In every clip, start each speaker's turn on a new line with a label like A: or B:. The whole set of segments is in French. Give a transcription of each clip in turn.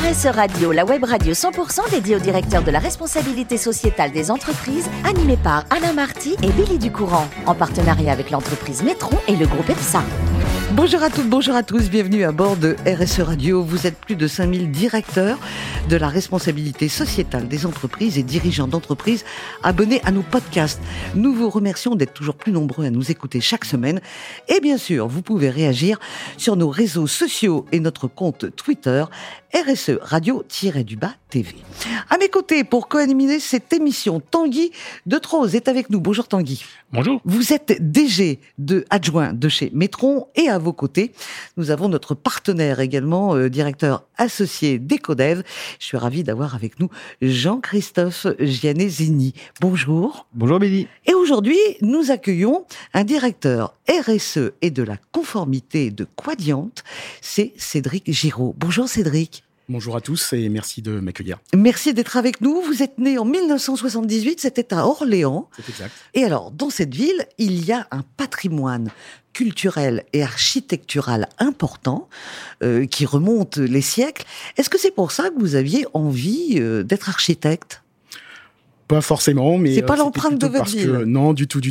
A: RSE Radio, la web radio 100% dédiée au directeur de la responsabilité sociétale des entreprises, animée par Alain Marty et Billy Ducourant, en partenariat avec l'entreprise Metron et le groupe EPSA.
B: Bonjour à toutes, bonjour à tous, bienvenue à bord de RSE Radio. Vous êtes plus de 5000 directeurs de la responsabilité sociétale des entreprises et dirigeants d'entreprises abonnés à nos podcasts. Nous vous remercions d'être toujours plus nombreux à nous écouter chaque semaine. Et bien sûr, vous pouvez réagir sur nos réseaux sociaux et notre compte Twitter, RSE Radio-du-bas TV. À mes côtés, pour co-animer cette émission, Tanguy de Troz est avec nous. Bonjour Tanguy.
C: Bonjour.
B: Vous êtes DG adjoint de chez Metron et à vos côtés, nous avons notre partenaire également, directeur associé d'Ecodev. Je suis ravi d'avoir avec nous Jean-Christophe Gianesini. Bonjour.
C: Bonjour Béni.
B: Et aujourd'hui, nous accueillons un directeur RSE et de la conformité de Quadient, c'est Cédric Giraud. Bonjour Cédric.
C: Bonjour à tous et merci de m'accueillir.
B: Merci d'être avec nous. Vous êtes né en 1978, c'était à Orléans.
C: C'est exact.
B: Et alors, dans cette ville, il y a un patrimoine culturel et architectural important qui remonte les siècles. Est-ce que c'est pour ça que vous aviez envie d'être architecte ?
C: Pas forcément, mais
B: c'est pas l'empreinte de votre ville.
C: Non, du tout.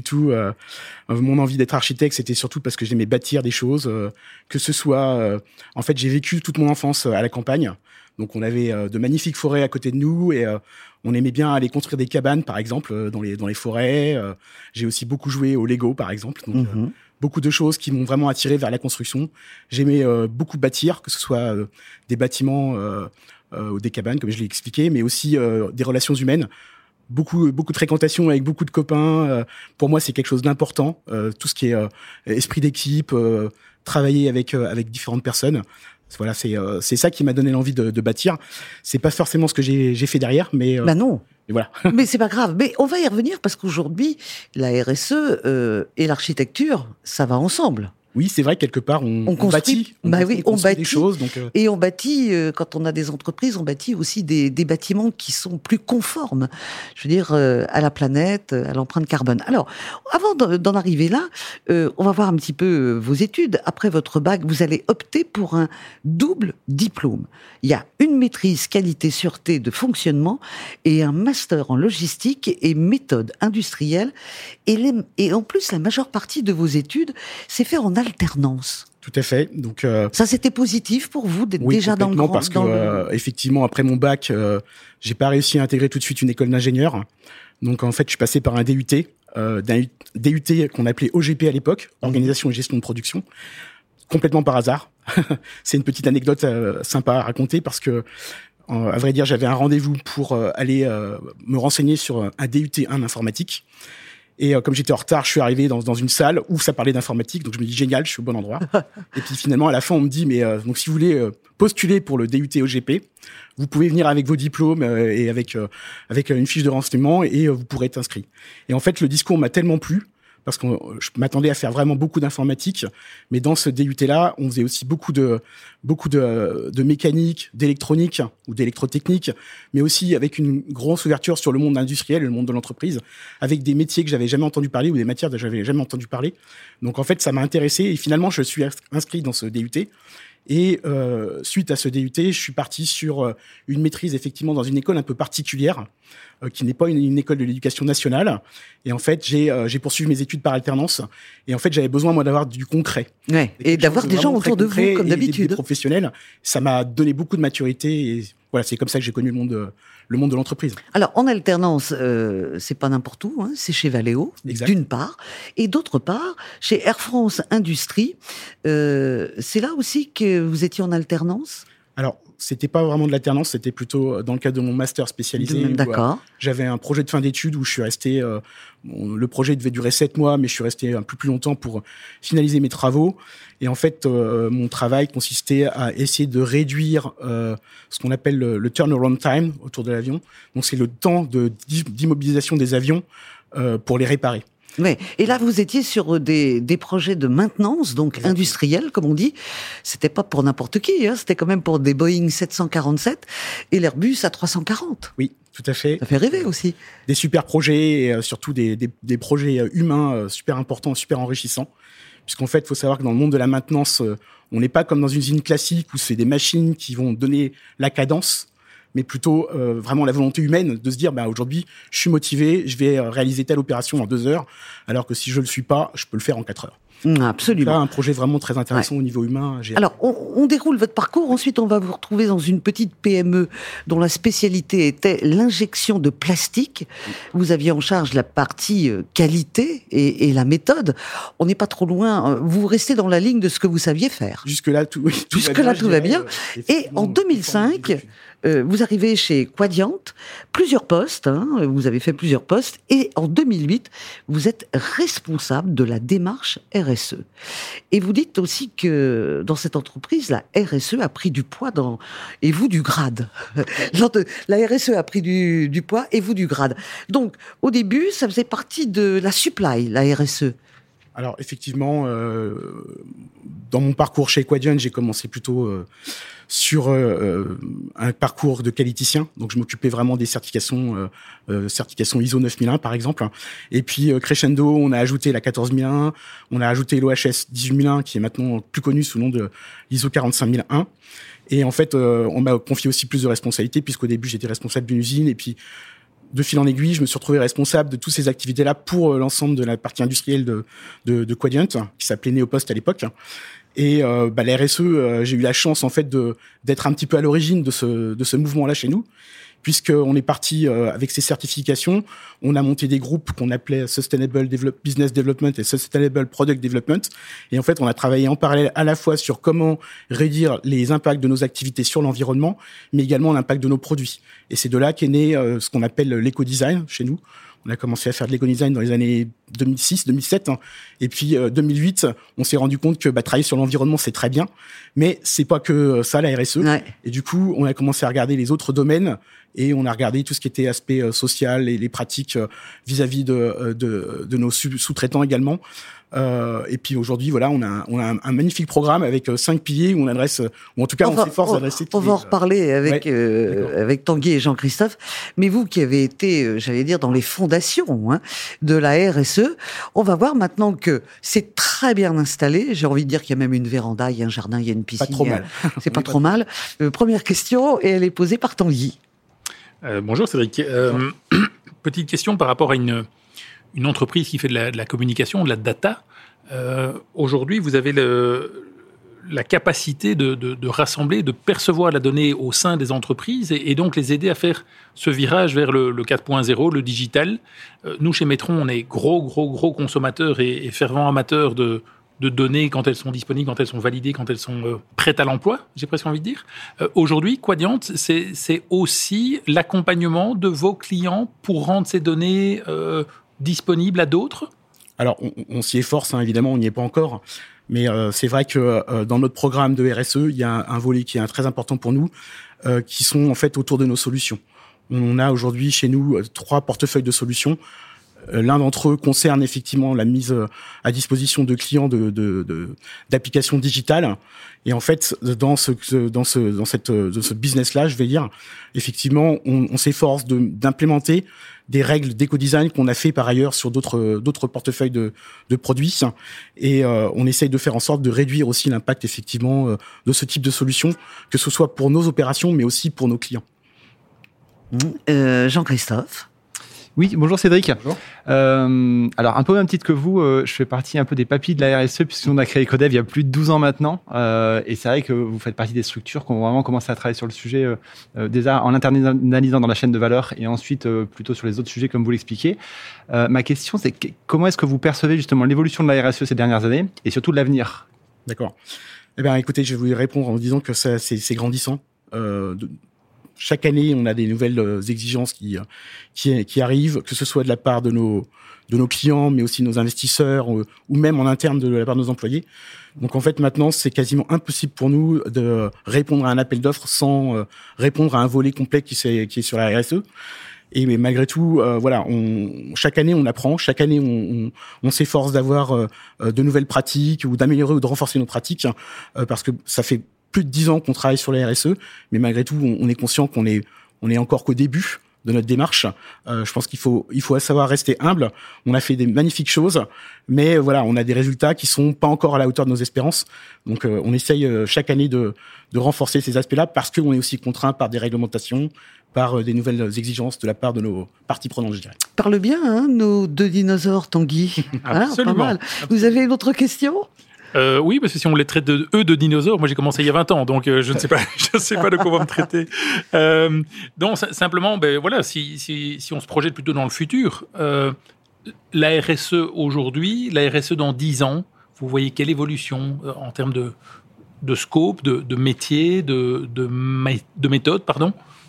C: Mon envie d'être architecte, c'était surtout parce que j'aimais bâtir des choses, que ce soit. En fait, j'ai vécu toute mon enfance à la campagne, donc on avait de magnifiques forêts à côté de nous et on aimait bien aller construire des cabanes, par exemple, dans les forêts. J'ai aussi beaucoup joué au Lego, par exemple. Donc, beaucoup de choses qui m'ont vraiment attiré vers la construction. J'aimais beaucoup bâtir, que ce soit des bâtiments ou des cabanes, comme je l'ai expliqué, mais aussi des relations humaines. Beaucoup de fréquentation avec beaucoup de copains. Pour moi, c'est quelque chose d'important. Tout ce qui est esprit d'équipe, travailler avec différentes personnes. Voilà, c'est ça qui m'a donné l'envie de bâtir. C'est pas forcément ce que j'ai fait derrière, mais
B: non.
C: Et voilà.
B: Mais c'est pas grave. Mais on va y revenir parce qu'aujourd'hui, la RSE et l'architecture, ça va ensemble.
C: Oui, c'est vrai, quelque part, on bâtit.
B: On bâtit
C: des choses.
B: Et on bâtit, quand on a des entreprises, on bâtit aussi des bâtiments qui sont plus conformes, je veux dire, à la planète, à l'empreinte carbone. Alors, avant d'en arriver là, on va voir un petit peu vos études. Après votre bac, vous allez opter pour un double diplôme. Il y a une maîtrise qualité sûreté de fonctionnement et un master en logistique et méthode industrielle. Et en plus, la majeure partie de vos études s'est fait en alternance.
C: Tout à fait. Donc
B: ça, c'était positif pour vous d'être déjà dans le grand.
C: Parce que effectivement, après mon bac, j'ai pas réussi à intégrer tout de suite une école d'ingénieur. Donc en fait, je suis passé par un DUT, d'un DUT qu'on appelait OGP à l'époque, organisation et gestion de production, complètement par hasard. C'est une petite anecdote sympa à raconter parce que à vrai dire, j'avais un rendez-vous pour aller me renseigner sur un DUT 1 informatique. Et comme j'étais en retard, je suis arrivé dans une salle où ça parlait d'informatique, donc je me dis génial, je suis au bon endroit. Et puis finalement, à la fin, on me dit mais donc si vous voulez postuler pour le DUT OGP, vous pouvez venir avec vos diplômes et avec une fiche de renseignement et vous pourrez être inscrit. Et en fait, le discours m'a tellement plu parce que je m'attendais à faire vraiment beaucoup d'informatique, mais dans ce DUT-là, on faisait aussi beaucoup de mécanique, d'électronique ou d'électrotechnique, mais aussi avec une grosse ouverture sur le monde industriel et le monde de l'entreprise, avec des métiers que j'avais jamais entendu parler ou des matières que j'avais jamais entendu parler. Donc en fait, ça m'a intéressé et finalement, je suis inscrit dans ce DUT. Et suite à ce DUT, je suis parti sur une maîtrise effectivement dans une école un peu particulière, qui n'est pas une école de l'éducation nationale. Et en fait, j'ai poursuivi mes études par alternance. Et en fait, j'avais besoin moi d'avoir du concret,
B: et d'avoir des gens autour de vous comme d'habitude,
C: des professionnels. Ça m'a donné beaucoup de maturité. Et voilà, c'est comme ça que j'ai connu le monde de l'entreprise.
B: Alors, en alternance, c'est pas n'importe où, c'est chez Valeo, d'une part, et d'autre part, chez Air France Industrie. C'est là aussi que vous étiez en alternance ?
C: Alors, c'était pas vraiment de l'alternance, c'était plutôt dans le cadre de mon master spécialisé.
B: D'accord.
C: J'avais un projet de fin d'études où je suis resté. Le projet devait durer 7 mois, mais je suis resté un peu plus longtemps pour finaliser mes travaux. Et en fait, mon travail consistait à essayer de réduire ce qu'on appelle le turnaround time autour de l'avion. Donc, c'est le temps d'immobilisation des avions pour les réparer.
B: Ouais. Et là, vous étiez sur des projets de maintenance, donc industriels, comme on dit. C'était pas pour n'importe qui, c'était quand même pour des Boeing 747 et l'Airbus A340.
C: Oui, tout à fait.
B: Ça fait rêver aussi.
C: Des super projets, et surtout des projets humains super importants, super enrichissants. puisqu'en fait, il faut savoir que dans le monde de la maintenance, on n'est pas comme dans une usine classique où c'est des machines qui vont donner la cadence, mais plutôt vraiment la volonté humaine de se dire aujourd'hui je suis motivé, je vais réaliser telle opération en 2 heures, alors que si je le suis pas, je peux le faire en 4 heures.
B: Absolument.
C: Là, un projet vraiment très intéressant au niveau humain.
B: Alors, on déroule votre parcours. Ensuite, on va vous retrouver dans une petite PME dont la spécialité était l'injection de plastique. Vous aviez en charge la partie qualité et la méthode. On n'est pas trop loin. Vous restez dans la ligne de ce que vous saviez faire.
C: Jusque-là, tout
B: va bien. Et en 2005... vous arrivez chez Quadient, plusieurs postes, vous avez fait plusieurs postes, et en 2008, vous êtes responsable de la démarche RSE. Et vous dites aussi que dans cette entreprise, la RSE a pris du poids et vous du grade. La RSE a pris du poids et vous du grade. Donc, au début, ça faisait partie de la supply, la RSE.
C: Alors, effectivement, dans mon parcours chez Quadient, j'ai commencé plutôt sur un parcours de qualiticien. Donc, je m'occupais vraiment des certifications ISO 9001, par exemple. Et puis, crescendo, on a ajouté la 14001, on a ajouté l'OHS 18001, qui est maintenant plus connu sous le nom de l'ISO 45001. Et en fait, on m'a confié aussi plus de responsabilités, puisqu'au début, j'étais responsable d'une usine. Et puis, de fil en aiguille, je me suis retrouvé responsable de toutes ces activités-là pour l'ensemble de la partie industrielle de Quadient, qui s'appelait Néopost à l'époque. Et la RSE, j'ai eu la chance en fait d'être un petit peu à l'origine de ce mouvement-là chez nous, puisqu'on est parti avec ces certifications. On a monté des groupes qu'on appelait Sustainable Business Development et Sustainable Product Development. Et en fait, on a travaillé en parallèle à la fois sur comment réduire les impacts de nos activités sur l'environnement, mais également l'impact de nos produits. Et c'est de là qu'est né ce qu'on appelle l'éco-design chez nous. On a commencé à faire de l'éco-design dans les années 2006, 2007. Et puis, 2008, on s'est rendu compte que travailler sur l'environnement, c'est très bien. Mais c'est pas que ça, la RSE. Ouais. Et du coup, on a commencé à regarder les autres domaines et on a regardé tout ce qui était aspect social et les pratiques vis-à-vis de nos sous-traitants également. Et puis aujourd'hui, voilà, on a un magnifique programme avec 5 piliers où on adresse, ou en tout cas, on s'efforce d'adresser.
B: On va en reparler avec Tanguy et Jean-Christophe. Mais vous qui avez été, j'allais dire, dans les fondations de la RSE, on va voir maintenant que c'est très bien installé. J'ai envie de dire qu'il y a même une véranda, il y a un jardin, il y a une piscine.
C: Pas trop mal.
B: C'est pas trop mal. Première question, et elle est posée par Tanguy.
D: Bonjour Cédric. Petite question par rapport à une entreprise qui fait de la communication, de la data. Aujourd'hui, vous avez la capacité de rassembler, de percevoir la donnée au sein des entreprises et donc les aider à faire ce virage vers le 4.0, le digital. Nous, chez Metron, on est gros consommateurs et fervents amateurs de données quand elles sont disponibles, quand elles sont validées, quand elles sont prêtes à l'emploi, j'ai presque envie de dire. Aujourd'hui, Quadient, c'est aussi l'accompagnement de vos clients pour rendre ces données disponibles à d'autres. Alors,
C: on s'y efforce, évidemment, on n'y est pas encore. Mais c'est vrai que dans notre programme de RSE, il y a un volet qui est très important pour nous, qui sont en fait autour de nos solutions. On a aujourd'hui chez nous 3 portefeuilles de solutions. L'un d'entre eux concerne effectivement la mise à disposition de clients d'applications digitales. Et en fait, dans ce business-là, je vais dire, effectivement, on s'efforce d'implémenter des règles d'éco-design qu'on a fait par ailleurs sur d'autres portefeuilles de produits. Et on essaye de faire en sorte de réduire aussi l'impact effectivement de ce type de solution, que ce soit pour nos opérations, mais aussi pour nos clients.
B: Jean-Christophe.
E: Oui, bonjour Cédric.
C: Bonjour.
E: Alors, un peu même titre que vous, je fais partie un peu des papis de la RSE, puisqu'on a créé Ecodev il y a plus de 12 ans maintenant. Et c'est vrai que vous faites partie des structures qui ont vraiment commencé à travailler sur le sujet déjà en internalisant dans la chaîne de valeur et ensuite plutôt sur les autres sujets comme vous l'expliquez. Ma question, c'est comment est-ce que vous percevez justement l'évolution de la RSE ces dernières années et surtout de l'avenir ?
C: D'accord. Eh bien, écoutez, je vais vous répondre en disant que c'est grandissant. Chaque année, on a des nouvelles exigences qui arrivent, que ce soit de la part de nos clients, mais aussi de nos investisseurs, ou même en interne de la part de nos employés. Donc en fait, maintenant, c'est quasiment impossible pour nous de répondre à un appel d'offres sans répondre à un volet complet qui est sur la RSE. Et mais malgré tout, voilà, chaque année on apprend, chaque année on s'efforce d'avoir de nouvelles pratiques ou d'améliorer ou de renforcer nos pratiques, parce que ça fait plus de 10 ans qu'on travaille sur la RSE, mais malgré tout, on est conscient qu'on est encore qu'au début notre démarche. Je pense qu'il faut savoir rester humble. On a fait des magnifiques choses, mais voilà, on a des résultats qui sont pas encore à la hauteur de nos espérances. Donc, on essaye chaque année de renforcer ces aspects-là parce qu'on est aussi contraint par des réglementations, par des nouvelles exigences de la part de nos parties prenantes, je dirais.
B: Parle bien, hein, nos deux dinosaures, Tanguy.
D: Absolument.
B: Pas mal. Vous avez une autre question ?
D: Oui, parce que si on les traite de dinosaures, moi j'ai commencé il y a 20 ans, donc je ne sais pas, de quoi on va me traiter. Donc simplement, voilà, si on se projette plutôt dans le futur, la RSE aujourd'hui, la RSE dans 10 ans, vous voyez quelle évolution en termes de scope, de métier, de méthode, pardon?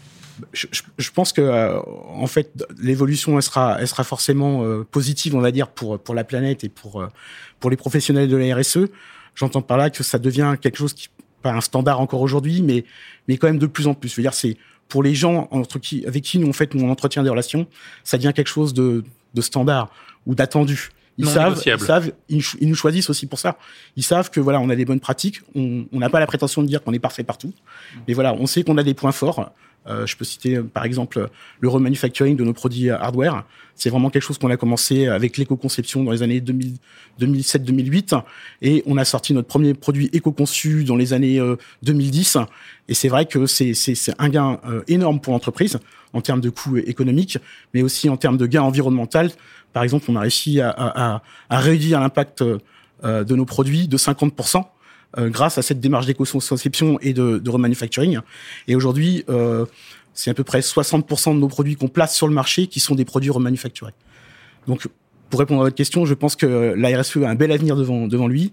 C: Je pense que en fait l'évolution elle sera forcément positive, on va dire, pour la planète et pour les professionnels de la RSE. J'entends par là que ça devient quelque chose qui pas un standard encore aujourd'hui, mais quand même de plus en plus. Je veux dire, c'est pour les gens avec qui nous on entretient des relations, ça devient quelque chose de standard ou d'attendu. Ils nous choisissent aussi pour ça. Ils savent que voilà, on a des bonnes pratiques. On n'a pas la prétention de dire qu'on est parfait partout, mais voilà, on sait qu'on a des points forts. Je peux citer par exemple le remanufacturing de nos produits hardware. C'est vraiment quelque chose qu'on a commencé avec l'éco-conception dans les années 2007-2008 et on a sorti notre premier produit éco-conçu dans les années 2010. Et c'est vrai que c'est un gain énorme pour l'entreprise en termes de coûts économiques, mais aussi en termes de gain environnemental. Par exemple, on a réussi à réduire l'impact de nos produits de 50%. Grâce à cette démarche d'éco-conception et de remanufacturing. Et aujourd'hui, c'est à peu près 60% de nos produits qu'on place sur le marché qui sont des produits remanufacturés. Donc, pour répondre à votre question, je pense que la RSE a un bel avenir devant lui.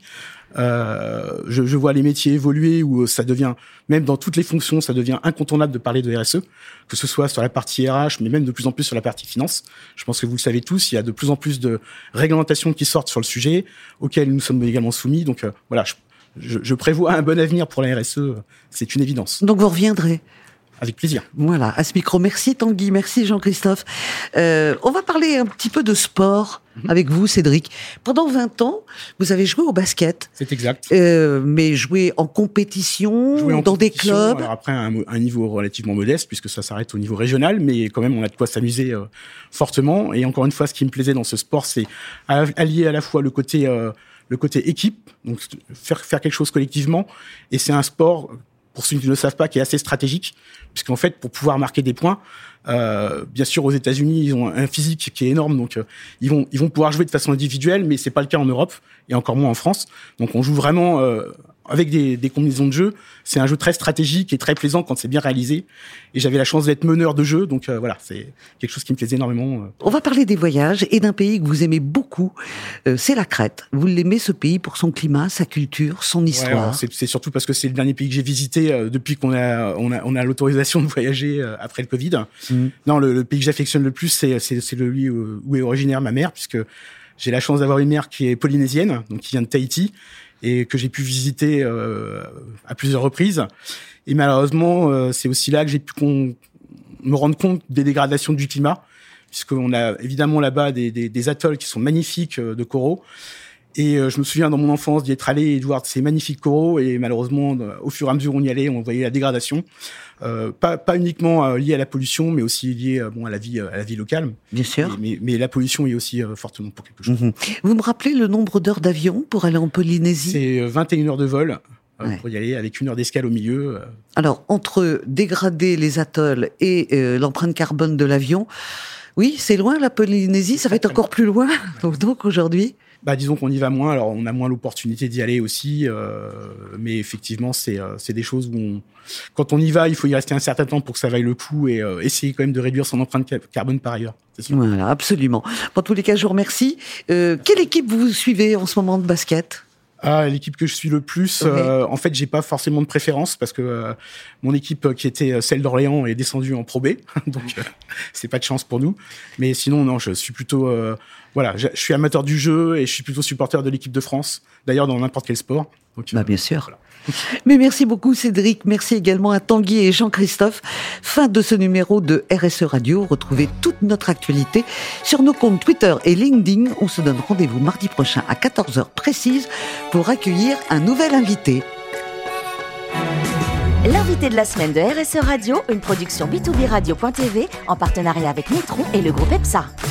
C: Je vois les métiers évoluer où ça devient, même dans toutes les fonctions, ça devient incontournable de parler de RSE, que ce soit sur la partie RH, mais même de plus en plus sur la partie finance. Je pense que vous le savez tous, il y a de plus en plus de réglementations qui sortent sur le sujet, auxquelles nous sommes également soumis. Donc voilà, je prévois un bon avenir pour la RSE, c'est une évidence.
B: Donc vous reviendrez ?
C: Avec plaisir.
B: Voilà, à ce micro. Merci Tanguy, merci Jean-Christophe. On va parler un petit peu de sport avec vous, Cédric. Pendant 20 ans, vous avez joué au basket.
C: C'est exact.
B: Mais joué en compétition, dans des clubs.
C: Alors après, un niveau relativement modeste, puisque ça s'arrête au niveau régional, mais quand même, on a de quoi s'amuser fortement. Et encore une fois, ce qui me plaisait dans ce sport, c'est allier à la fois le côté équipe, donc faire quelque chose collectivement, et c'est un sport, pour ceux qui ne le savent pas, qui est assez stratégique, puisqu'en fait, pour pouvoir marquer des points, bien sûr, aux États-Unis, ils ont un physique qui est énorme, donc ils vont pouvoir jouer de façon individuelle, mais c'est pas le cas en Europe et encore moins en France. Donc, on joue vraiment avec des combinaisons de jeu. C'est un jeu très stratégique et très plaisant quand c'est bien réalisé. Et j'avais la chance d'être meneur de jeu, donc voilà, c'est quelque chose qui me plaisait énormément.
B: On va parler des voyages et d'un pays que vous aimez beaucoup, c'est la Crète. Vous l'aimez, ce pays, pour son climat, sa culture, son histoire.
C: Ouais, c'est surtout parce que c'est le dernier pays que j'ai visité depuis qu'on a l'autorisation de voyager après le Covid. Non, le pays que j'affectionne le plus, c'est celui où est originaire ma mère, puisque j'ai la chance d'avoir une mère qui est polynésienne, donc qui vient de Tahiti, et que j'ai pu visiter à plusieurs reprises. Et malheureusement, c'est aussi là que j'ai pu me rendre compte des dégradations du climat, puisqu'on a évidemment là-bas des atolls qui sont magnifiques de coraux. Et je me souviens dans mon enfance d'y être allé et de voir ces magnifiques coraux. Et malheureusement, au fur et à mesure où on y allait, on voyait la dégradation. Pas uniquement liée à la pollution, mais aussi liée à la vie locale.
B: Bien sûr.
C: Mais la pollution est aussi fortement pour quelque chose.
B: Vous me rappelez le nombre d'heures d'avion pour aller en Polynésie ?
C: C'est 21 heures de vol pour y aller, avec 1 heure d'escale au milieu.
B: Alors, entre dégrader les atolls et l'empreinte carbone de l'avion, oui, c'est loin la Polynésie, ça va être encore plus loin. Donc aujourd'hui...
C: Disons qu'on y va moins, alors on a moins l'opportunité d'y aller aussi, mais effectivement c'est des choses où quand on y va, il faut y rester un certain temps pour que ça vaille le coup et essayer quand même de réduire son empreinte carbone par ailleurs. C'est sûr.
B: Voilà, absolument. En tous les cas, je vous remercie. Quelle équipe vous suivez en ce moment de basket ?
C: L'équipe que je suis le plus, en fait, j'ai pas forcément de préférence parce que mon équipe qui était celle d'Orléans est descendue en Pro B, donc c'est pas de chance pour nous. Mais sinon, non, je suis plutôt, je suis amateur du jeu et je suis plutôt supporter de l'équipe de France. D'ailleurs, dans n'importe quel sport. Donc,
B: bien sûr.
C: Voilà.
B: Mais merci beaucoup Cédric, merci également à Tanguy et Jean-Christophe. Fin de ce numéro de RSE Radio. Retrouvez toute notre actualité sur nos comptes Twitter et LinkedIn. On se donne rendez-vous mardi prochain à 14h précise pour accueillir un nouvel invité.
A: L'invité de la semaine de RSE Radio, une production B2B Radio.tv en partenariat avec Metron et le groupe EPSA.